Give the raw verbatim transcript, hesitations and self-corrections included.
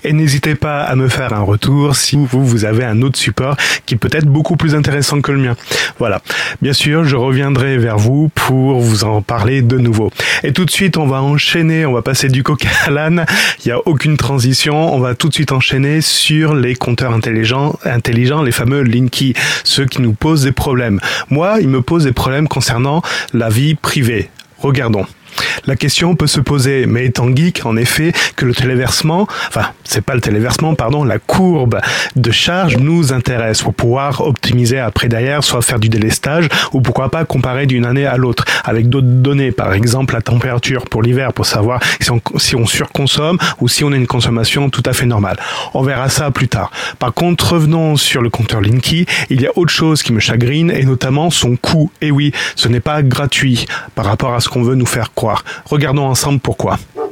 Et n'hésitez pas à me faire un retour si vous, vous avez un autre support qui peut être beaucoup plus intéressant que le mien. Voilà. Bien sûr, je reviendrai vers vous pour vous en parler de nouveau. Et tout de suite, on va enchaîner, on va passer du coq à l'âne. Il n'y a aucune transition. On va tout de suite enchaîner sur les compteurs intelligents, intelligents, les fameux Linky, ceux qui nous posent des problèmes. Moi, ils me posent des problèmes concernant la vie privée. Regardons. La question peut se poser, mais étant geek, en effet, que le téléversement, enfin, c'est pas le téléversement, pardon, la courbe de charge nous intéresse pour pouvoir optimiser après derrière, soit faire du délestage, ou pourquoi pas comparer d'une année à l'autre, avec d'autres données, par exemple la température pour l'hiver, pour savoir si on, si on surconsomme, ou si on a une consommation tout à fait normale. On verra ça plus tard. Par contre, revenons sur le compteur Linky, il y a autre chose qui me chagrine, et notamment son coût. Et oui, ce n'est pas gratuit, par rapport à ce qu'on veut nous faire croire. Regardons ensemble pourquoi.